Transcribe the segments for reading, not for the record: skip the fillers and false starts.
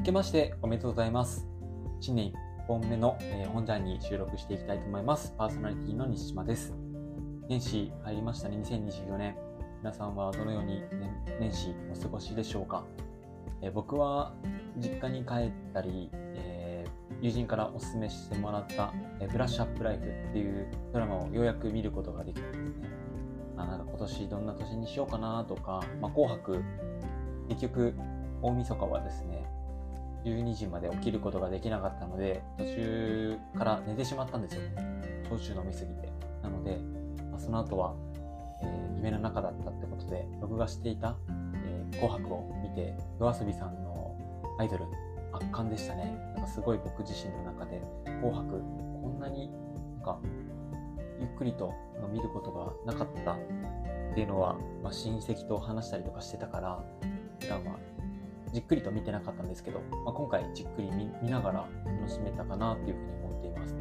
けましておめでとうございます。新年1本目の本ジャーに収録していきたいと思います。パーソナリティの西島です。年始入りましたね、2024年。皆さんはどのように年始お過ごしでしょうか。僕は実家に帰ったり、友人からお勧めしてもらったブラッシュアップライフっていうドラマをようやく見ることができてですね。なんか今年どんな年にしようかなとか、紅白、結局大晦日はですね、12時まで起きることができなかったので、途中から寝てしまったんですよね。焼酎飲みすぎて。なので、その後は、夢の中だったってことで、録画していた、紅白を見て、YOASOBIさんのアイドル、圧巻でしたね。なんかすごい僕自身の中で、紅白、こんなになんかゆっくりと見ることがなかったっていうのは、親戚と話したりとかしてたから、普段はじっくりと見てなかったんですけど、今回じっくり 見ながら楽しめたかなっていうふうに思っています。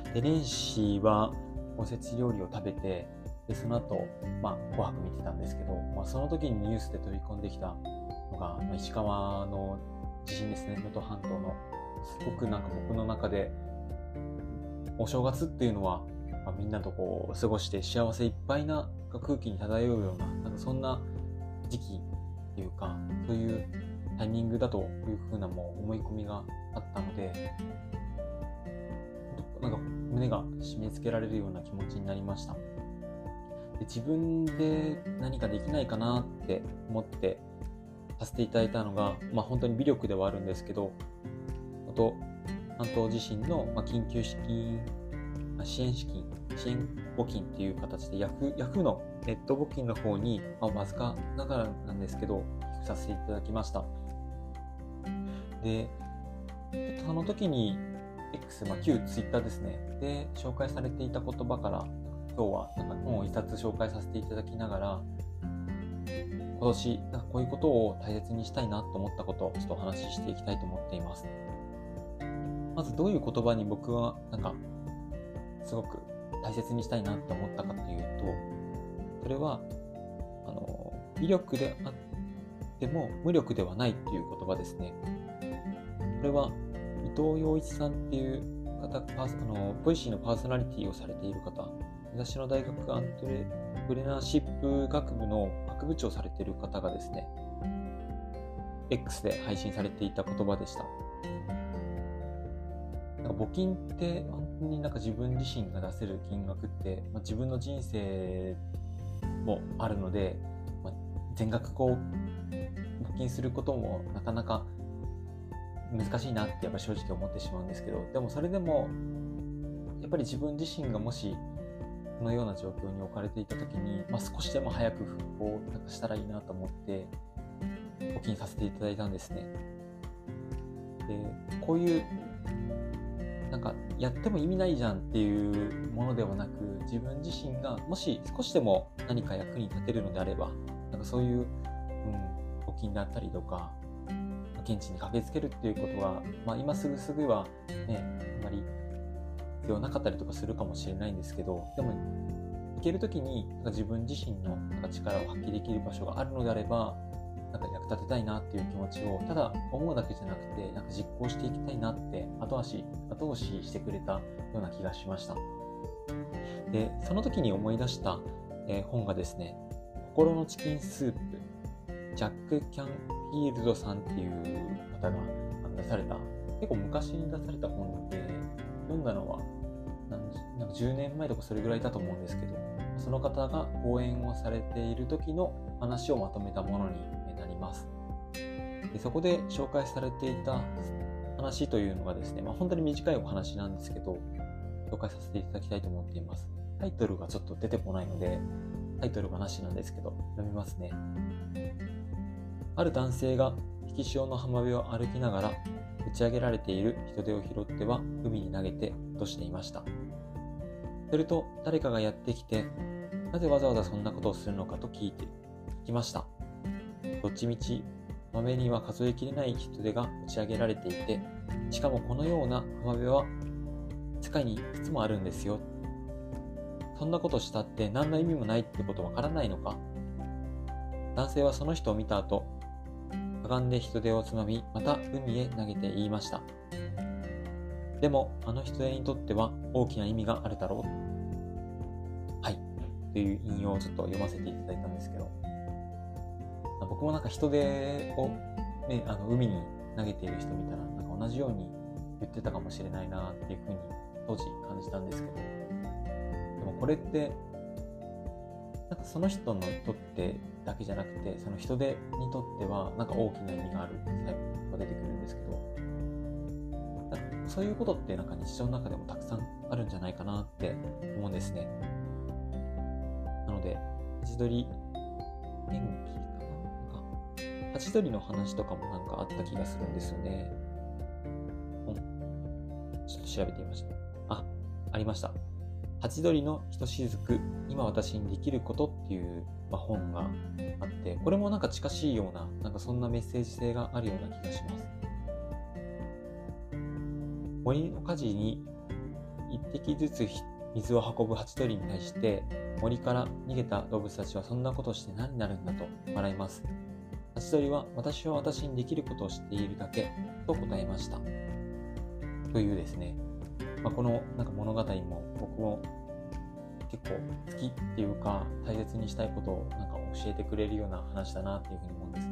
で、年始はおせち料理を食べて、でその後、紅白見てたんですけど、その時にニュースで飛び込んできたのが、石川の地震ですね、能登半島の。すごくなんか僕の中で、お正月っていうのは、みんなとこう過ごして幸せいっぱいな空気に漂うような、なんかそんな時期っていうか、そういうタイミングだというふうなもう思い込みがあったので、なんか胸が締め付けられるような気持ちになりました。で、自分で何かできないかなって思ってさせていただいたのが、本当に微力ではあるんですけど、関東地震の緊急資金支援募金っていう形でヤフーのネット募金の方に、わずかながらなんですけど寄付させていただきました。で、その時に X、旧 Twitter ですねで紹介されていた言葉から、今日はなんか本を一冊紹介させていただきながら、今年なんかこういうことを大切にしたいなと思ったことをちょっとお話ししていきたいと思っています。まずどういう言葉に僕はなんかすごく大切にしたいなと思ったかというと、それは微力であっても無力ではないという言葉ですね。これは伊藤洋一さんっていう方、ボイシーのパーソナリティをされている方、私の大学アントレプレナーシップ学部の学部長をされている方がですね、X で配信されていた言葉でした。募金って本当になんか自分自身が出せる金額って、自分の人生もあるので、全額募金することもなかなか難しいなってやっぱ正直思ってしまうんですけど、でもそれでもやっぱり自分自身がもしこのような状況に置かれていた時に、少しでも早く復興なんかしたらいいなと思って募金させていただいたんですね。で、こういうなんかやっても意味ないじゃんっていうものではなく、自分自身がもし少しでも何か役に立てるのであれば、なんかそういう、募金だったりとか現地に駆けつけるっていうことは、今すぐはね、あまり必要なかったりとかするかもしれないんですけど、でも行けるときになんか自分自身のなんか力を発揮できる場所があるのであれば、なんか役立てたいなっていう気持ちをただ思うだけじゃなくて、なんか実行していきたいなって後押ししてくれたような気がしました。で、その時に思い出した、本がですね、心のチキンスープ、ジャック・キャンフィールドさんっていう方が出された、結構昔に出された本で、読んだのはなんか10年前とかそれぐらいだと思うんですけど、その方が講演をされている時の話をまとめたものになります。で、そこで紹介されていた話というのがですね、本当に短いお話なんですけど、紹介させていただきたいと思っています。タイトルがちょっと出てこないので、タイトルがなしなんですけど、読みますね。ある男性が引き潮の浜辺を歩きながら、打ち上げられている人手を拾っては海に投げて落としていました。すると誰かがやってきて、なぜわざわざそんなことをするのかと聞きました。どっちみち浜辺には数えきれない人手が打ち上げられていて、しかもこのような浜辺は世界にいくつもあるんですよ。そんなことしたって何の意味もないってことわからないのか。男性はその人を見た後、 かがんで人手をつまみ、また海へ投げて言いました。でも、あの人手にとっては大きな意味があるだろう。はい。という引用をちょっと読ませていただいたんですけど、僕もなんか人手を、ね、海に投げている人見たら、なんか同じように言ってたかもしれないなっていうふうに当時感じたんですけど、でもこれって、なんかその人にとってだけじゃなくて、その人手にとってはなんか大きな意味がある最後が出てくるんですけど、そういうことってなんか日常の中でもたくさんあるんじゃないかなって思うんですね。なので、ハチドリ天気かな、なんかハチドリの話とかもなんかあった気がするんですよね。ちょっと調べてみました。ありました。ハチドリのひとしずく、今私にできることっていう、本があって、これもなんか近しいような、なんかそんなメッセージ性があるような気がします。森の果樹に一滴ずつ水を運ぶハチドリに対して、森から逃げた動物たちはそんなことをして何になるんだと笑います。ハチドリは私は私にできることをしているだけと答えました。というですね、このなんか物語も僕も結構好きっていうか大切にしたいことをなんか教えてくれるような話だなっていうふうに思うんです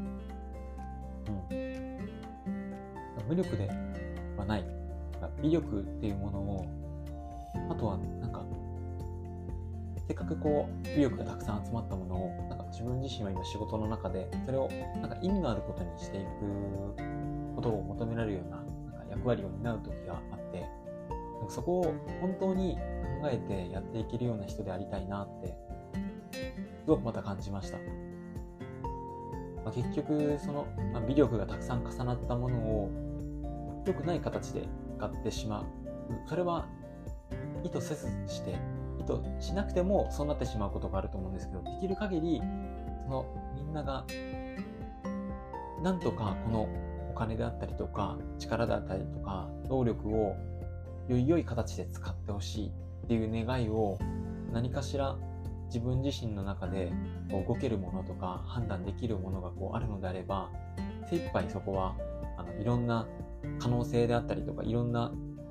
ね。無力ではない、微力っていうものを、あとはなんかせっかくこう微力がたくさん集まったものをなんか自分自身は今仕事の中でそれをなんか意味のあることにしていくことを求められるような、なんか役割を担う時があって、そこを本当に考えてやっていけるような人でありたいなってすごくまた感じました。結局その、微力がたくさん重なったものを良くない形で使ってしまう、それは意図せずして意図しなくてもそうなってしまうことがあると思うんですけど、できる限りそのみんながなんとかこのお金であったりとか力であったりとか労力をより良い形で使ってほしいっていう願いを何かしら自分自身の中でこう動けるものとか判断できるものがこうあるのであれば、精一杯そこはいろんな可能性であったりとかいろんな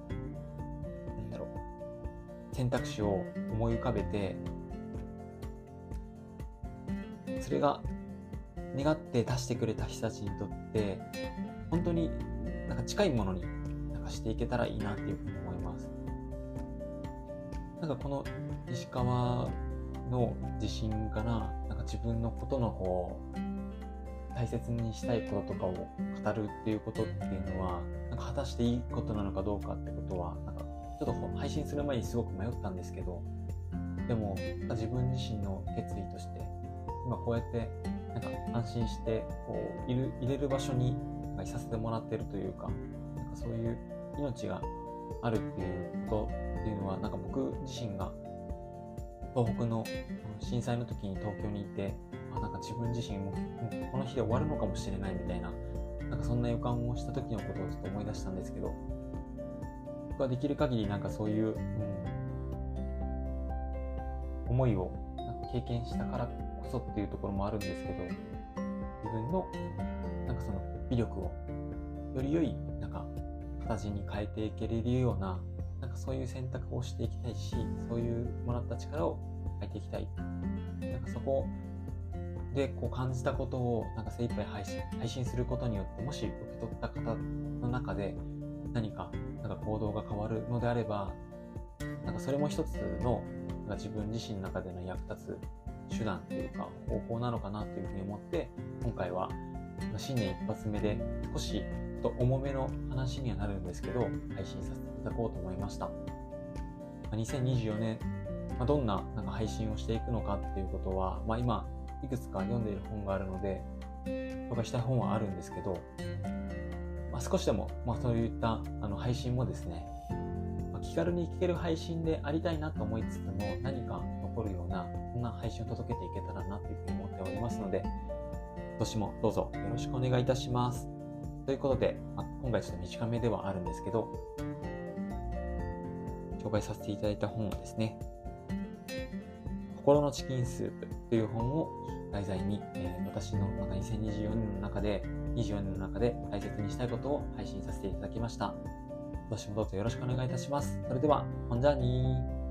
選択肢を思い浮かべて、それが願って出してくれた人たちにとって本当になんか近いものになんかしていけたらいいなっていうふうに思います。なんかこの石川の地震からなんか自分のことのこう大切にしたいこととかを語るっていうことっていうのはなんか果たしていいことなのかどうかってことはなんかちょっと配信する前にすごく迷ったんですけど、でも自分自身の決意として今こうやってなんか安心してこう入れる場所にいさせてもらってるというか、なんかそういう命があるっていうことっていうのはなんか僕自身が東北の震災の時に東京にいて、なんか自分自身もこの日で終わるのかもしれないみたいな、なんかそんな予感をした時のことをちょっと思い出したんですけど、僕はできる限りなんかそういう、思いを経験したからこそっていうところもあるんですけど、自分のなんかその微力をより良いなんか形に変えていけれるような、なんかそういう選択をしていきたいし、そういうもらった力を変えていきたい。なんかそこでこう感じたことをなんか精一杯配信することによって、もし受け取った方の中で何かなんか行動が変わるのであれば、なんかそれも一つのなんか自分自身の中での役立つ手段というか方法なのかなというふうに思って、今回は新年一発目で少しちょっと重めの話にはなるんですけど配信させていただこうと思いました。2024年、どんななんか配信をしていくのかっていうことは、今いくつか読んでいる本があるので紹介したい本はあるんですけど、少しでも、そういった配信もですね、気軽に聞ける配信でありたいなと思いつつも、何か残るようなそんな配信を届けていけたらなというふうに思っておりますので、今年もどうぞよろしくお願いいたします。ということで、今回ちょっと短めではあるんですけど、紹介させていただいた本はですね、 心のチキンスープという本を題材に、私の2024年の中で大切にしたいことを配信させていただきました。今年もどうぞよろしくお願いいたします。それでは、ほんじゃあにー。